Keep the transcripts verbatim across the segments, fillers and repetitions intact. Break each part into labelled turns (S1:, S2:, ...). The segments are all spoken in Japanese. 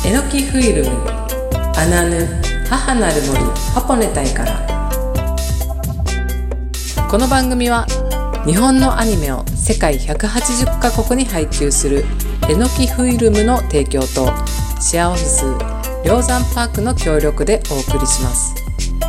S1: エノキフイルムアナヌ母なる森ハポネタイから。この番組は日本のアニメを世界ひゃくはちじゅっカ国に配給するエノキフイルムの提供とシェアオフィス梁山パークの協力でお送りします。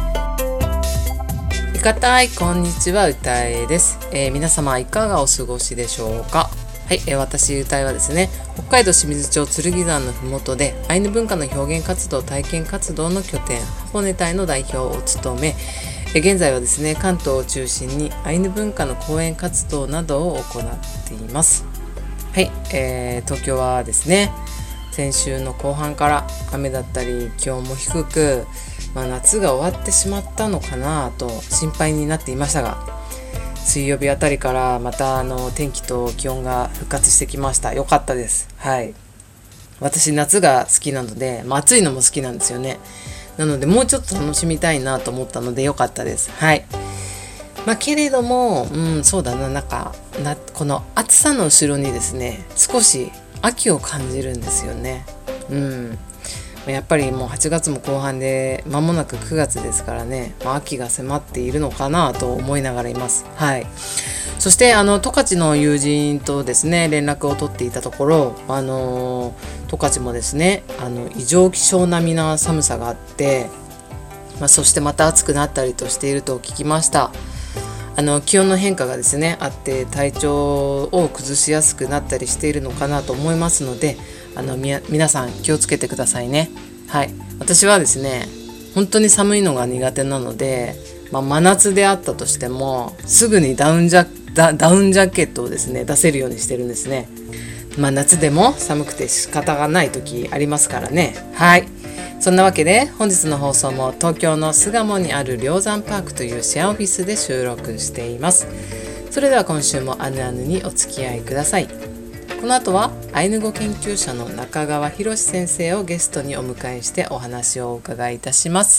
S1: いかたいこんにちは、うたえです、えー、皆様いかがお過ごしでしょうか。はい、えー、私うたえはですね、北海道清水町剣山のふもとでアイヌ文化の表現活動体験活動の拠点ハポネタイの代表を務め、えー、現在はですね関東を中心にアイヌ文化の講演活動などを行っています。はい、えー、東京はですね先週の後半から雨だったり気温も低く、まあ、夏が終わってしまったのかなと心配になっていましたが、水曜日あたりからまたあの天気と気温が復活してきました。よかったです。はい。私夏が好きなので、まあ、暑いのも好きなんですよね。なのでもうちょっと楽しみたいなと思ったのでよかったです。はい。まあけれども、うん、そうだな、なんかなこの暑さの後ろにですね、少し秋を感じるんですよね。うん。やっぱりもうはちがつも後半で間もなくくがつですからね、まあ、秋が迫っているのかなと思いながらいます。はい。そしてあの十勝の友人とですね連絡を取っていたところ、あの十勝もですねあの異常気象並みな寒さがあって、まあ、そしてまた暑くなったりとしていると聞きました。あの気温の変化がですねあって体調を崩しやすくなったりしているのかなと思いますので、あのみ皆さん気をつけてくださいね。はい。私はですね本当に寒いのが苦手なので、まあ、真夏であったとしてもすぐにダウンジャ、ダ、ダウンジャケットをですね出せるようにしてるんですね。まあ夏でも寒くて仕方がない時ありますからね。はい。そんなわけで本日の放送も東京の巣鴨にある梁山パークというシェアオフィスで収録しています。それでは今週もアヌアヌにお付き合いください。この後はアイヌ語研究者の中川博先生をゲストにお迎えしてお話をお伺いいたします。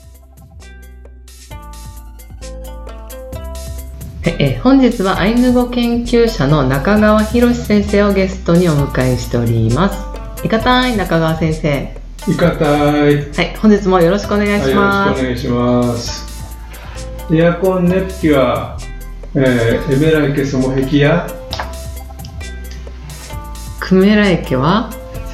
S1: え本日はアイヌ語研究者の中川博先生をゲストにお迎えしております。いかたい中川先生。
S2: いかたい。
S1: はい、本日もよろしくお願いします。
S2: はい、よろしくお願いします。エアコンネプキは、えー、エメライケスモヘキヤ
S1: クメラエケは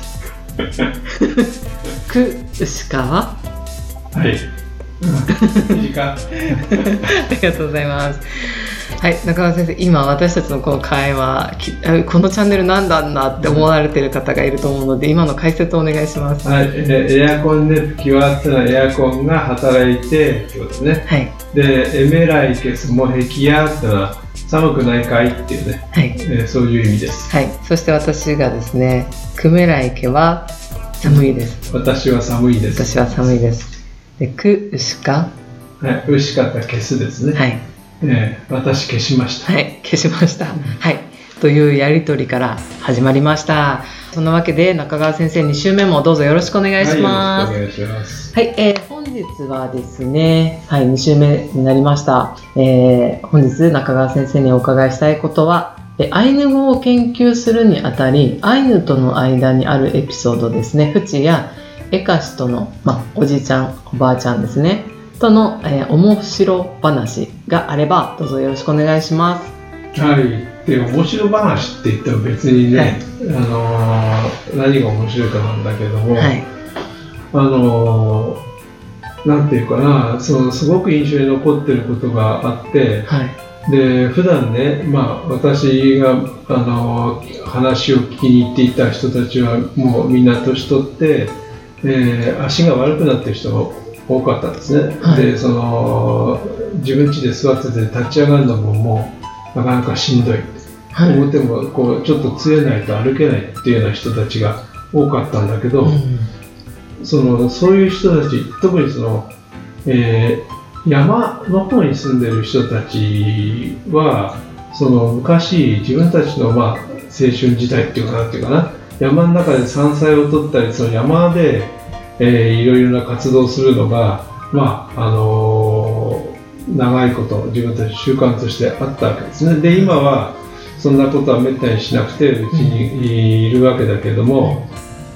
S1: クウシカは
S2: はい、短あ
S1: りがとうございます。はい、中川先生、今私たちのこの会話、このチャンネルなんだんだって思われている方がいると思うので、今の解説をお願いします。
S2: はい、エアコンネプキはってのはエアコンが働いてってことですね。はい。で、エメライケスモヘキヤってのは寒くないかいっていうね、はい、えー、そういう意味です。
S1: はい。そして私がですね、クメライケは寒いです。
S2: 私は寒いです。
S1: 私は寒いです。で、クウシカ、
S2: はい、ウシカって消すですね。はい。えー、私消しました。
S1: はい、消しました。はい。というやりとりから始まりました。そんなわけで中川先生に週目もどうぞよろしくお願いします。
S2: はい、よろしくお願いします。
S1: はい、えー、本日はですね、はい、に週目になりました。えー、本日中川先生にお伺いしたいことは、アイヌ語を研究するにあたり、アイヌとの間にあるエピソードですね、フチやエカシとの、ま、おじちゃん、おばあちゃんですね、との、えー、面白話があればどうぞよろしくお願いします。
S2: はい。で、面白話って言っても別にね、はい、あのー、何が面白いかなんだけども、はい、あのー、なんていうかな、そのすごく印象に残ってることがあって、はい、で普段ね、まあ、私が、あのー、話を聞きに行っていた人たちはもうみんな年取って、えー、足が悪くなってる人が多かったんですね。はい、でその自分家で座ってて立ち上がるのももうなかなかしんどい、はい、表もこうちょっと杖ないと歩けないっていうような人たちが多かったんだけど、うん、そのそういう人たち、特にその、えー、山の方に住んでる人たちはその昔自分たちの、まあ、青春時代っていうかなっていうかな、山の中で山菜を取ったりその山でえー、いろいろな活動をするのが、まああのー、長いこと自分たち習慣としてあったわけですね。で今はそんなことはめったにしなくてうちにいるわけだけども、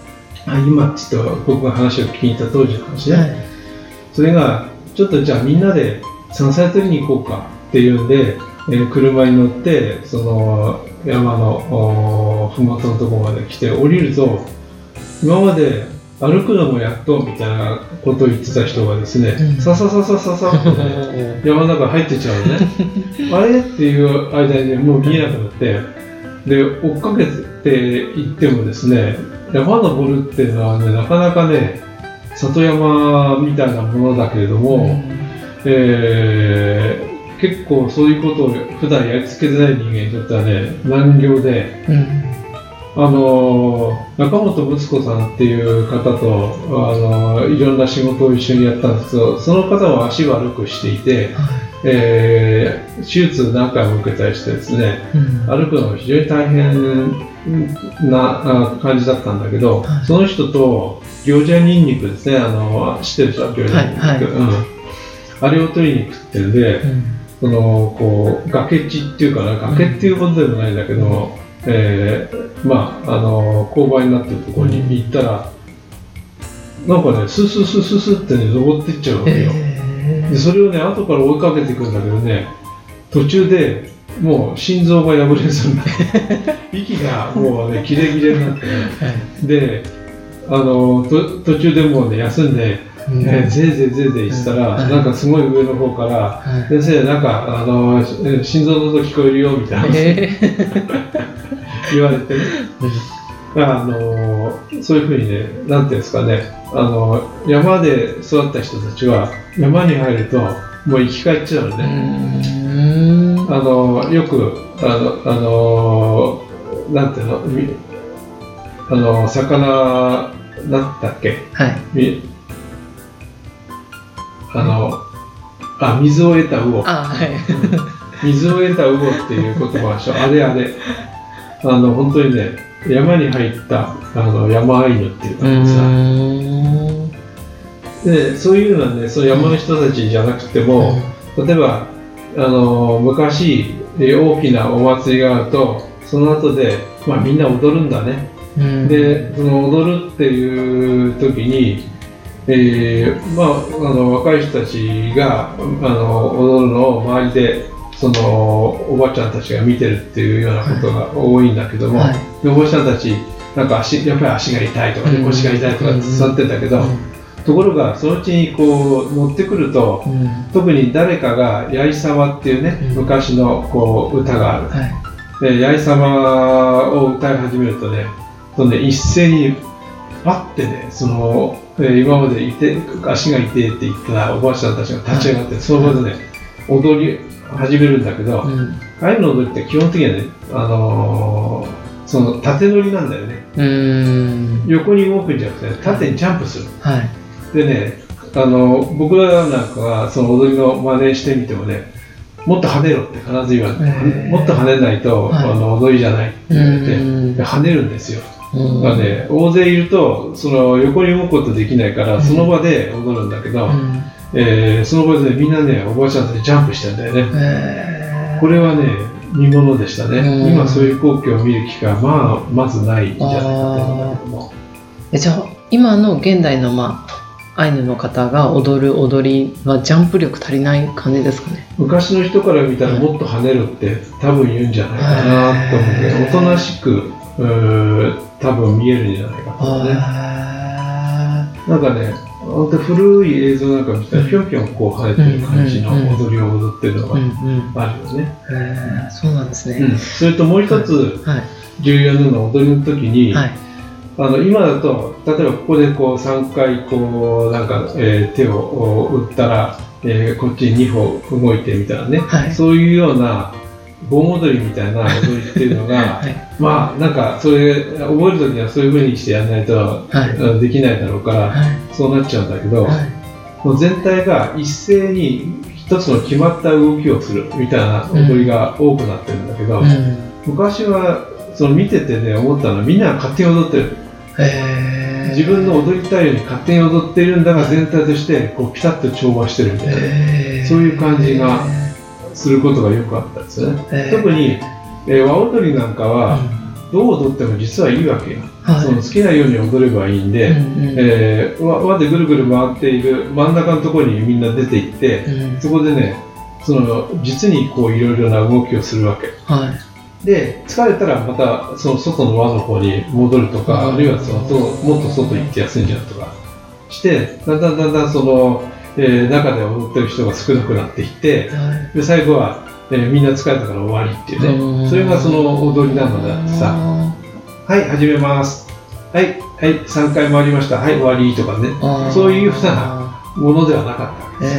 S2: あ今ちょっと僕が話を聞いた当時の話ね、はい、それがちょっとじゃあみんなで山菜採りに行こうかっていうんで、えー、車に乗ってその山のふもとのところまで来て降りると、今まで歩くのもやっとみたいなことを言ってた人がですね、うん、ささささささっとね山の中入ってっちゃうのねあれっていう間に、ね、もう見えなくなって、で追っかけていってもですね、山登るっていうのはね、なかなかね里山みたいなものだけれども、うん、えー、結構そういうことを普段やりつけてない人間にとってはね難行で、うん、あの中本睦子さんっていう方とあのいろんな仕事を一緒にやったんですけど、その方は足悪くしていて、はい、えー、手術何回も受けたりしてですね、うん、歩くのが非常に大変な感じだったんだけど、はい、その人と行者ニンニクですね、あの知ってるでしょ、行者ニンニク、はいはい、うん、あれを取りに行くっていうんで、うん、そのこう崖地っていうかな、崖っていうことでもないんだけど、うん、えー、まああの勾配になってるところに行ったら、うん、なんかねスースースースースーってね登っていっちゃうわけよ、えー、でそれをね後から追いかけていくんだけどね、途中でもう心臓が破れそうになって息がもうねキレキレになってね、はい、であのと途中でもうね休んで、うん、えー、ぜいぜいぜいぜいしたら、うん、なんかすごい上の方から、はい、先生なんかあの心臓の音聞こえるよみたいな、えー、言われてね、うん、あのそういうふうにね、なんていうんですかね、あの山で育った人たちは山に入るともう生き返っちゃうのね。うーん、あのよくあのあのなんていうの、あの魚なんだっけ、はい、あのあ水を得た魚、あ、はい、水を得た魚っていう言葉でしょあれあれあの本当にね山に入ったあの山アイヌっていう感じさ、でそういうのはね、その山の人たちじゃなくても、うん、例えばあの昔大きなお祭りがあるとその後で、まあ、みんな踊るんだね、うん、でその踊るっていう時に、えーまあ、あの若い人たちがあの踊るのを周りでそのおばちゃんたちが見てるっていうようなことが多いんだけども、はい、でおばちゃんたちなんか足やっぱり足が痛いとか、ね、腰が痛いとかって伝わってんだけど、うんうん、ところがそのうちにこう乗ってくると、うん、特に誰かが八重様っていうね、うん、昔のこう歌がある、はい、で八重様を歌い始めるとね、とね一斉にパッてね、その、えー、今までいて足が痛いって言ったおばあちゃんたちが立ち上がって、はい、その場でね踊り始めるんだけど、うん、ああいうの踊りって基本的にはね、あのー、その縦乗りなんだよね。うーん、横に動くんじゃなくて縦にジャンプする、はい、でね、あの僕らなんかはその踊りの真似してみてもね、もっと跳ねろって必ず言われて、えー、もっと跳ねないと、はい、あの踊りじゃないって言われて、で跳ねるんですよ。だからね、大勢いるとその横に動くことできないからその場で踊るんだけど、うん、えー、その場で、ね、みんなねおばあちゃんたちジャンプしてるんだよね、えー、これはね見ものでしたね、うん、今そういう光景を見る機会は、まあ、まずないんじゃないかと思うんだけども、
S1: えじゃあ今の現代の、まあ、アイヌの方が踊る踊りはジャンプ力足りない感じですかね。
S2: 昔の人から見たらもっと跳ねるって多分言うんじゃないかなと思うけど、おとなしく多分見えるんじゃないかとね。なんかね、本当古い映像なんか見たらぴょんぴょんこう跳ねてる感じの踊りを踊ってるのがあるよね。
S1: へー、そうなんですね、
S2: うん、それともう一つ重要なのは踊りの時に、はい、あの今だと例えばここでこうさんかいこうなんか、えー、手を打ったら、えー、こっちににほ動いてみたいなね、はい、そういうような盆踊りみたいな踊りっていうのが、はい、まあなんかそれ覚える時にはそういう風にしてやらないと、はい、できないだろうから、はい、そうなっちゃうんだけど、はい、もう全体が一斉に一つの決まった動きをするみたいな踊りが多くなってるんだけど、うん、昔はその見ててね思ったのはみんなが勝手に踊ってる。へー、自分の踊りたいように勝手に踊っているんだが全体としてこうピタッと調和してるみたいな、そういう感じがすることがよくあったんですよね。特に、えー、和踊りなんかは、 どう踊っても実はいいわけよ、
S1: はい、
S2: その好きなように踊ればいいんで、うんうん、えー、輪, 輪でぐるぐる回っている真ん中のところにみんな出ていって、うん、そこでねその実にこういろいろな動きをするわけ、はい、で疲れたらまたその外の輪の方に戻るとか、うん、あるいはそのもっと外行って休んじゃうとかしてだんだんだんだんその、えー、中で踊ってる人が少なくなっていって、はい、で最後はえー、みんな疲れたから終わりっていうね、それがその踊りなのであってさ、はい始めますはいはいさんかい回りましたはい終わりとかね、そういうふうなものではなかったわけです。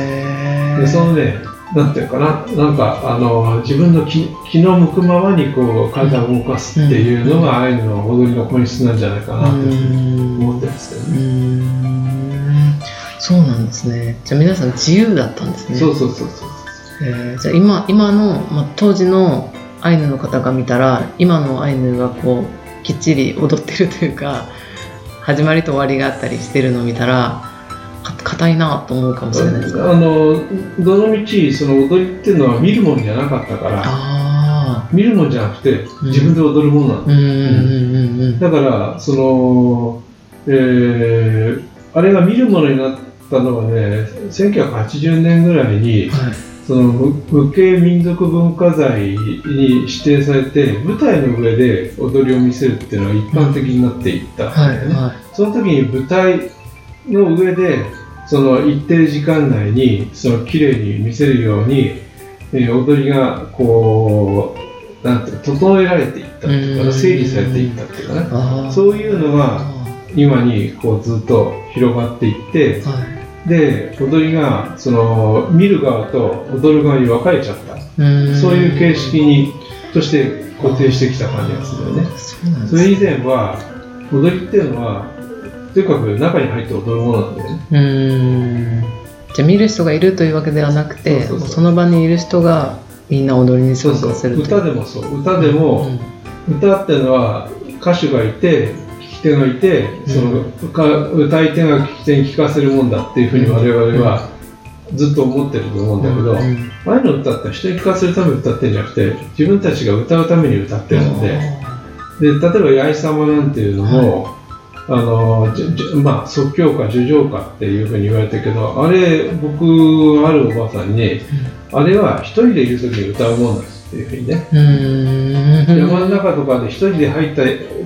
S2: でそのねなんていうかななんかあの自分の気気の向くままにこう体を動かすっていうのがアイヌの踊りの本質なんじゃないかなって思ってますけどね。うーん
S1: そうなんですね。じゃあ皆さん自由だったんですね。
S2: そうそうそうそう。
S1: えー、じゃあ 今, 今の、まあ、当時のアイヌの方が見たら今のアイヌがこうきっちり踊ってるというか始まりと終わりがあったりしてるのを見たら硬いなと思うかもしれないですか。
S2: あのどのみちその踊りっていうのは見るもんじゃなかったからあ見るもんじゃなくて自分で踊るものなんだ、だからその、えー、あれが見るものになったのはねせんきゅうひゃくはちじゅうねんぐらいに、はい、その無形民族文化財に指定されて舞台の上で踊りを見せるっていうのが一般的になっていったんだよね、はいはい、その時に舞台の上でその一定時間内にその綺麗に見せるように、えー、踊りがこうなんていうか整えられていったっていうか整理されていったっていうかね、そういうのが今にこうずっと広がっていって、はい、で踊りがその見る側と踊る側に分かれちゃった、うそういう形式にとして固定してきた感じがするよね。 そ, うそれ以前は踊りっていうのはとにかく中に入って踊るものなんだよね。うーん
S1: じゃあ見る人がいるというわけではなくて そ, うそうそうその場にいる人がみんな踊りに参加するという。
S2: そうそう歌でもそう歌でも、うん、歌っていうのは歌手がいて聴き手がいて、うん、その歌い手が聴き手に聴かせるもんだっていうふうに我々はずっと思ってると思うんだけど、うんうん、前の歌って人に聴かせるために歌ってるんじゃなくて自分たちが歌うために歌ってるので、で例えば八重様なんていうのも、はいあのまあ、即興歌、叙情歌っていうふうに言われてるけど、あれ、僕、あるおばあさんに、うん、あれは一人でいるときに歌うもんなんですっていうふうにね、うーん山の中とかで一人で入った、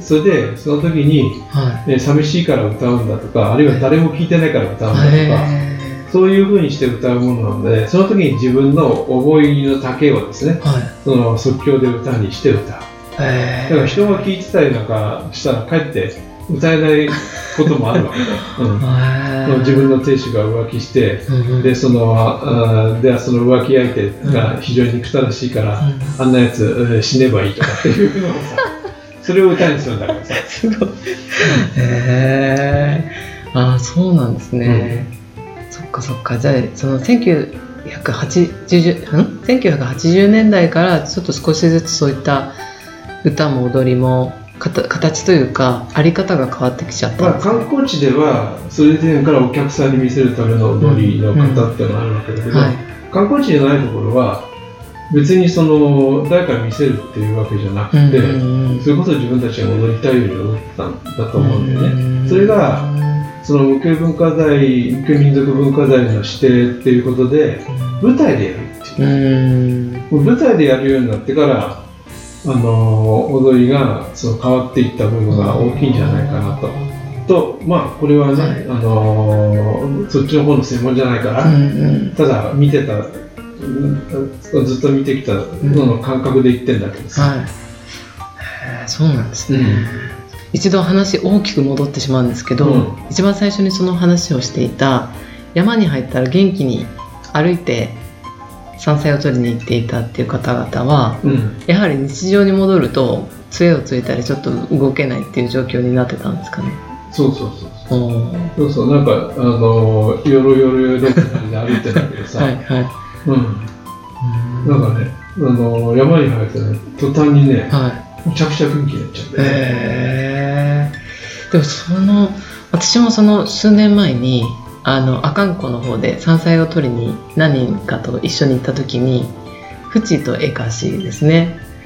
S2: それで、その時に、はいね、寂しいから歌うんだとか、あるいは誰も聴いてないから歌うんだとか、そういうふうにして歌うものなので、その時に自分の思いの丈をですね、はい、その即興で歌にして歌う。だから人が聴いてたりなんかしたら、かえって、歌えないこともあるわけだ、うん、自分の亭主が浮気して、うん、でそのあでその浮気相手が非常に憎たらしいから、うん、あんなやつ死ねばいいとかっていうのをさそれを歌にするんだからさ
S1: すごいへーあそうなんですね、うん、そっかそっかじゃあそのせんきゅうひゃくはちじゅうねんだいからちょっと少しずつそういった歌も踊りも形というかあり方が変わってきちゃったんですか、
S2: まあ、観光地ではそれ以前からお客さんに見せるための踊りの方っていうのがあるわけだけど、うんうんはい、観光地じゃないところは別にその誰かに見せるっていうわけじゃなくて、うんうん、それこそ自分たちが踊りたいように踊ってたんだと思うんだよね、うん、それがその無形文化財無形民族文化財の指定っていうことで舞台でやるっていう、うん、舞台でやるようになってからあの踊りがその変わっていった部分が大きいんじゃないかなと。とまあこれはね、はい、あのそっちの方の専門じゃないから、うんうん、ただ見てたずっと見てきたのの感覚で言ってるんだけどさ、はい、
S1: そうなんですね、うん、一度話大きく戻ってしまうんですけど、うん、一番最初にその話をしていた山に入ったら元気に歩いて山菜を取りに行っていたっていう方々は、うん、やはり日常に戻ると杖をついたりちょっと動けないっていう状況になってたんですかね。
S2: そうそうそうそうそうそうなんかあのよろよろよろって感じで歩いてたけどさはい、はいうん、なんかねあの山に入ってね途端にね、はい、むちゃくちゃ元気になっちゃって、ね、へ
S1: ーでもその私もその数年前にあの阿寒湖の方で山菜を取りに何人かと一緒に行った時にフチとエカシですね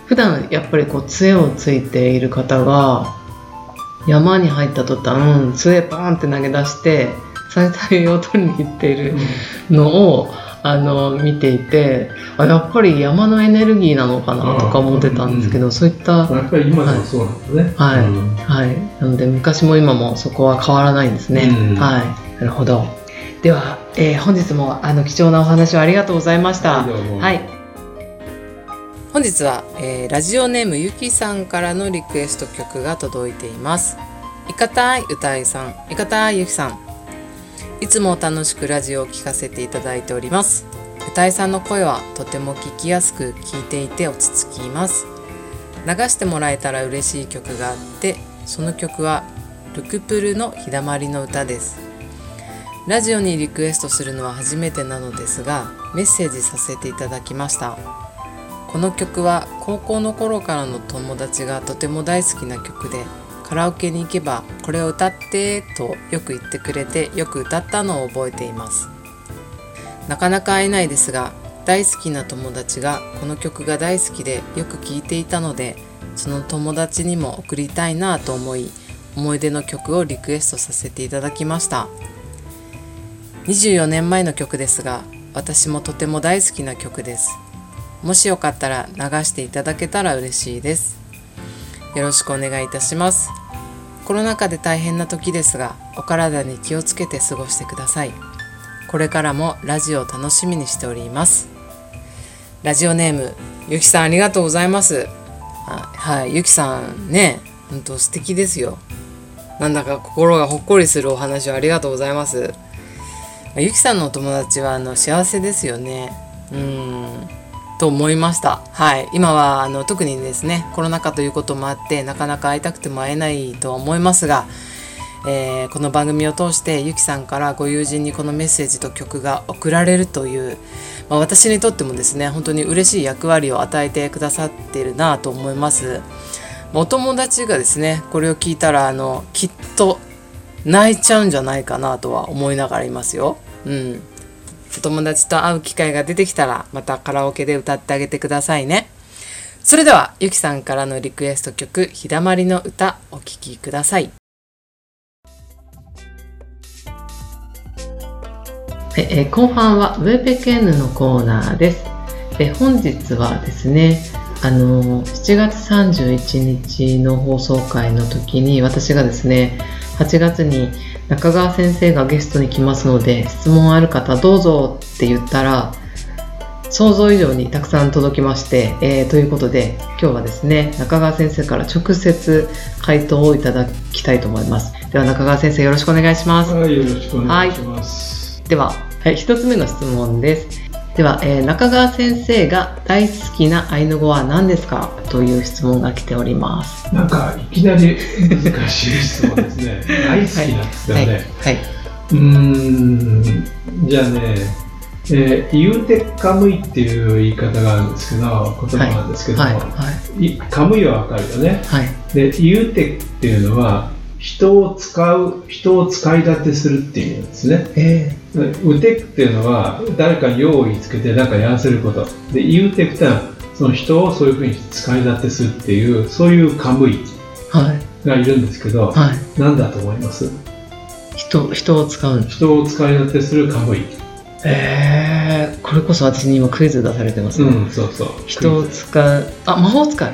S1: 普段やっぱりこう杖をついている方が山に入った途端杖バーンって投げ出して山菜を取りに行っているのを、うん、あの見ていて、あやっぱり山のエネルギーなのかなとか思ってたんですけど、うん、そういった
S2: やっぱり今でもそうなんですね。
S1: はい、はいうんはい、なので昔も今もそこは変わらないんですね、うん、はいなるほど。では、えー、本日もあの貴重なお話をありがとうございました。はい、はい、本日は、えー、ラジオネームゆきさんからのリクエスト曲が届いています。いかたいうたいさん、いかたいゆきさん、いつも楽しくラジオを聴かせていただいております。うたいさんの声はとても聞きやすく、聞いていて落ち着きます。流してもらえたら嬉しい曲があって、その曲はルクプルの日だまりの歌です。ラジオにリクエストするのは初めてなのですが、メッセージさせていただきました。この曲は高校の頃からの友達がとても大好きな曲で、カラオケに行けばこれを歌ってとよく言ってくれて、よく歌ったのを覚えています。なかなか会えないですが、大好きな友達がこの曲が大好きでよく聴いていたので、その友達にも送りたいなと思い、思い出の曲をリクエストさせていただきました。にじゅうよねんまえの曲ですが、私もとても大好きな曲です。もしよかったら流していただけたら嬉しいです。よろしくお願いいたします。コロナ禍で大変な時ですが、お体に気をつけて過ごしてください。これからもラジオを楽しみにしております。ラジオネームゆきさん、ありがとうございます。あはい、ゆきさんね、本当素敵ですよ。なんだか心がほっこりするお話をありがとうございます。ゆきさんのお友達はあの幸せですよね。うーんと思いました。はい、今はあの特にですね、コロナ禍ということもあってなかなか会いたくても会えないとは思いますが、えー、この番組を通してゆきさんからご友人にこのメッセージと曲が送られるという、まあ、私にとってもですね、本当に嬉しい役割を与えてくださっているなと思います。お友達がですね、これを聞いたらあのきっと泣いちゃうんじゃないかなとは思いながらいますよ。うん、お友達と会う機会が出てきたらまたカラオケで歌ってあげてくださいね。それではゆきさんからのリクエスト曲、日だまりの歌、お聴きください。はい、えー、後半はウェペケンヌのコーナーです。えー、本日はですね、あのー、しちがつさんじゅういちにちの放送回の時に私がですね、はちがつに中川先生がゲストに来ますので質問ある方どうぞって言ったら、想像以上にたくさん届きまして、えー、ということで今日はですね、中川先生から直接回答をいただきたいと思います。では中川先生、よろしくお願いします。
S2: はい、よろしくお願いします。
S1: はい、では、はい、ひとつめの質問です。では、えー、中川先生が大好きなアイヌ語は何ですかという質問が来ております。
S2: なんかいきなり難しい質問ですね。大好きなんですよね。はいはいはい、うーんじゃあね、えー、ユーテカムイっていう言い方があるんですけど、言葉なんですけども、はいはいはい、カムイはわかるよね。はい、でユーテっていうのは人を使う、人を使い立てするっていう意味なんですね。えー、ウテクっていうのは誰かに用意つけて何かやらせることで、ユーテクってのはその人をそういうふうに使い立てするっていう、そういうカムイがいるんですけど、はいはい、何だと思います？
S1: 人、人を使う
S2: 人を使い立てするカムイ。
S1: えー、これこそ私に今クイズ出されてますね。うん、そうそう。人を使う、あ、魔法使い。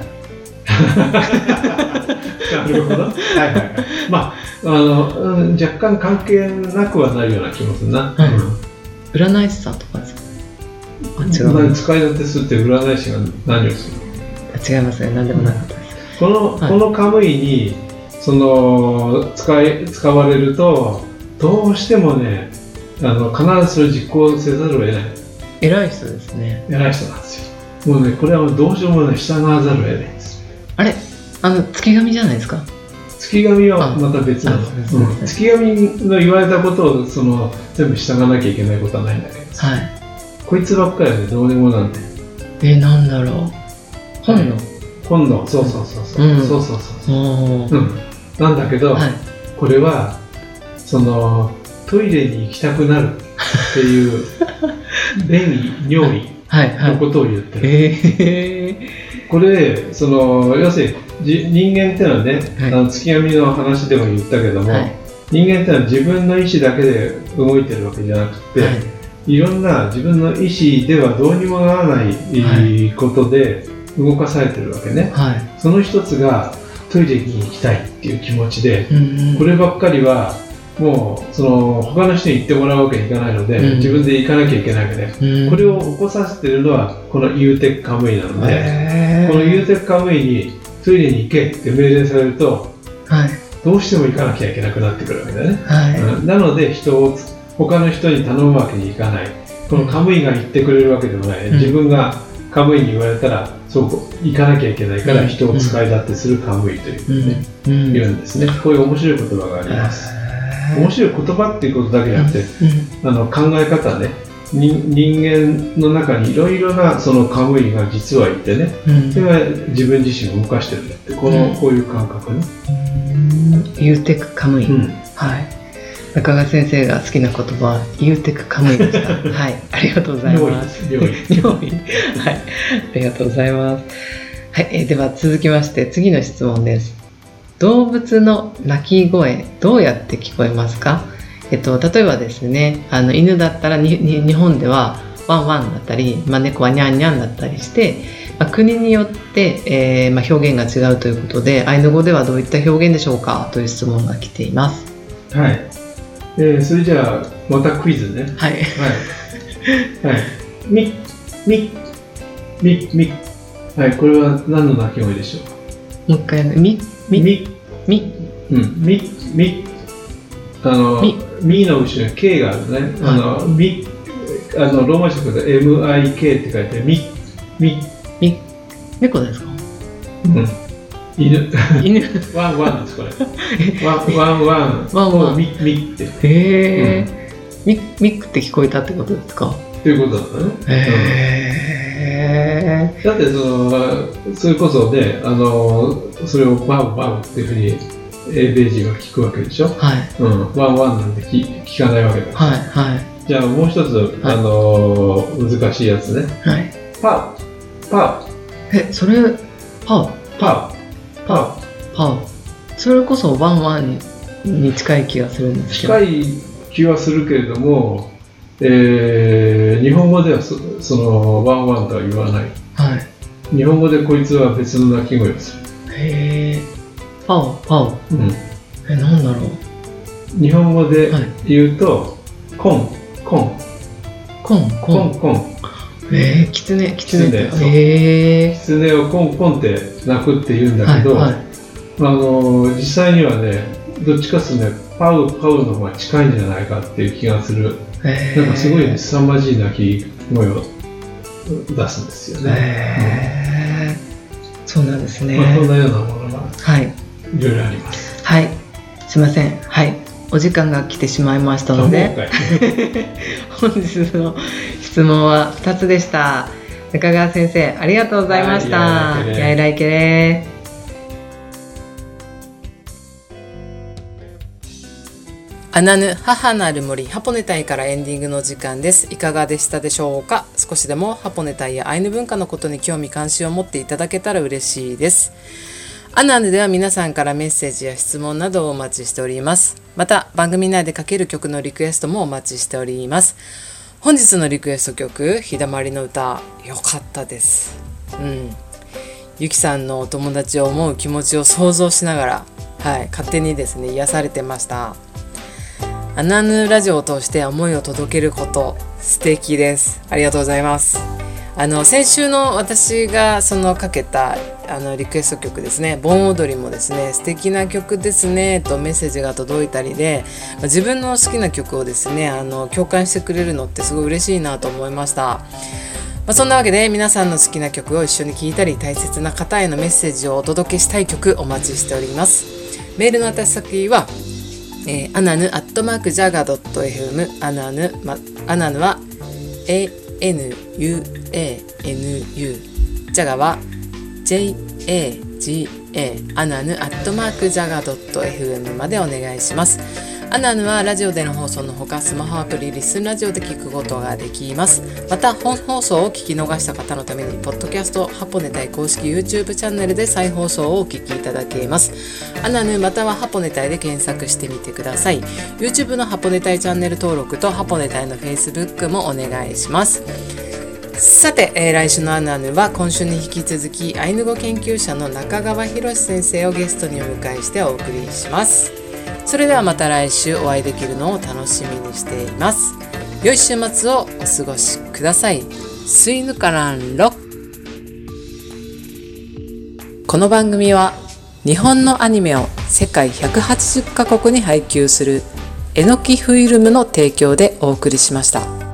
S2: なるほど。はいはいはい。まあ、あの、うん、若干関係なくはないような気もするな。はい、うん、
S1: 占い師さんとかですか？
S2: あ、違う。使い立てするって占い師が何をする
S1: の？違いますね。何でもなかったです。
S2: この、はい、このカムイにその使い使われるとどうしてもね、あの必ずそれを実行せざるを得ない。
S1: 偉い人ですね。
S2: 偉い人なんですよ。もうね、これはどうしようもない、従わざるを得ないんです。
S1: あれ、あの月神じゃないですか？
S2: 月神はまた別なの。うん、月神の言われたことをその全部従わなきゃいけないことはないんだけど、はい、こいつばっかりはね、どうでもなんで。
S1: えー、なんだろう。本能。
S2: 本能、そうそうそうそう、うん、そうそうそうそう、うん、なんだけど、はい、これはそのトイレに行きたくなるっていう便意、尿意、 のことを言ってる、
S1: はいはいえ
S2: ー、これその要するに人間っていうのはね、はい、あの月神の話でも言ったけども、はい、人間っていうのは自分の意思だけで動いてるわけじゃなくて、はい、いろんな自分の意思ではどうにもならないことで動かされてるわけね、はい、その一つがトイレに行きたいっていう気持ちで、うんうん、こればっかりはもうその他の人に行ってもらうわけにいかないので、うん、自分で行かなきゃいけないわけで、うん、これを起こさせてるのはこのユーテックカムイなので、このユーテックカムイにトイレに行けって命令されると、はい、どうしても行かなきゃいけなくなってくるわけだね、はいうん、なので人を他の人に頼むわけにいかない、このカムイが言ってくれるわけでもない、うん、自分がカムイに言われたらそう行かなきゃいけないから人を使い立てするカムイというふうに、ねうんうん、言うんですね。こういう面白い言葉があります。面白い言葉っていうことだけじゃなくて、うん、あの考え方ね、人間の中にいろいろなそのカムイが実はいてね、うん、それが自分自身を動かしてるってこの、うん、こういう感覚ね。
S1: ユーテックカムイ、うん、はい。中川先生が好きな言葉はユーテックカムイでした。はい、ありがとうございます。
S2: 料理、
S1: 料理、はい、ありがとうございます。はい、えー、では続きまして次の質問です。動物の鳴き声どうやって聞こえますか？えっと例えばですね、あの犬だったらにに日本ではワンワンだったり、まあ、猫はニャンニャンだったりして、まあ、国によって、えーまあ、表現が違うということで、アイヌ語ではどういった表現でしょうかという質問が来ています。
S2: はい。えー、それじゃあまたクイズね。
S1: はい。はい。
S2: はい。みみみみはい、これは何の鳴き声でしょ
S1: う？もう一回みみみみ
S2: うんみみあのみみの後ろに K があるね。はい、あのみあのローマ字で エムアイケー って書いてみみ
S1: み猫ですか？
S2: うん。犬
S1: 犬
S2: ワンワンですこれワンワンワン
S1: ワンワン
S2: ミミって
S1: へえ、うん、ミミックって聞こえたってことですか？
S2: っていうことだね。
S1: へえ、
S2: うん、だってそのそれこそね、あのそれをワンワンっていうふうに英米人が聞くわけでしょ。
S1: はい。
S2: うん、ワンワンなんて 聞, 聞かないわけだから。
S1: はいはい。
S2: じゃあもう一つ、はい、あの難しいやつね。
S1: はい。
S2: パウパウ
S1: えそれパウ
S2: パウパウ
S1: パウそれこそワンワンに近い気がするんですけど。
S2: 近い気はするけれども、えー、日本語では そ, そのワンワンとは言わない。
S1: はい。
S2: 日本語でこいつは別の鳴き声をする。
S1: へえ。パウパウ。
S2: うん。
S1: えなんだろ
S2: う。日本語で言うと、はい、コンコン
S1: コンコン
S2: コンコン。
S1: えー、キツネキツネって
S2: えー、キツネをコンコンって鳴くって言うんだけど、はいはい、あの実際にはね、どっちかというとね、パウパウの方が近いんじゃないかっていう気がする。えー、なんかすごい凄まじい鳴き声を出すんですよね。
S1: えーうん、そうなんですね。
S2: まあ、そんなようなものが
S1: はい
S2: いろいろあります。
S1: はい、すいません。はい、お時間が来てしまいましたので本日の質問はふたつでした。中川先生ありがとうございました。やいらいけれ。アナヌ母なる森ハポネタイからエンディングの時間です。いかがでしたでしょうか？少しでもハポネタイやアイヌ文化のことに興味関心を持っていただけたら嬉しいです。アナヌでは皆さんからメッセージや質問などをお待ちしております。また番組内でかける曲のリクエストもお待ちしております。本日のリクエスト曲、ひだまりの歌、良かったです。うん。ゆきさんのお友達を思う気持ちを想像しながら、はい、勝手にですね、癒されてました。アナヌラジオを通して思いを届けること、素敵です。ありがとうございます。あの、先週の私がそのかけたあのリクエスト曲ですね、盆踊りもですね、素敵な曲ですねとメッセージが届いたりで、自分の好きな曲をですね、あの共感してくれるのってすごい嬉しいなと思いました。まあ、そんなわけで皆さんの好きな曲を一緒に聴いたり、大切な方へのメッセージをお届けしたい曲お待ちしております。メールの宛先は、えー、アナヌアットマークジャガドットエフエム、アナヌ、ま、アナヌは エーエヌユーエーエヌユー、ジャガは ジェイエージーエー、アナヌアットマークジャガドットエフエム までお願いします。 アナヌはラジオでの放送のほか、スマホアプリリスンラジオで聞くことができます。また本放送を聞き逃した方のためにポッドキャストハポネタイ公式 YouTube チャンネルで再放送をお聞きいただけます。アナヌまたはハポネタイで検索してみてください。 YouTube のハポネタイチャンネル登録とハポネタイの Facebook もお願いします。さて、えー、来週のアナヌは今週に引き続きアイヌ語研究者の中川博先生をゲストにお迎えしてお送りします。それではまた来週お会いできるのを楽しみにしています。良い週末をお過ごしください。スイヌカランロ。この番組は日本のアニメを世界ひゃくはちじゅっカ国に配給するえのきフィルムの提供でお送りしました。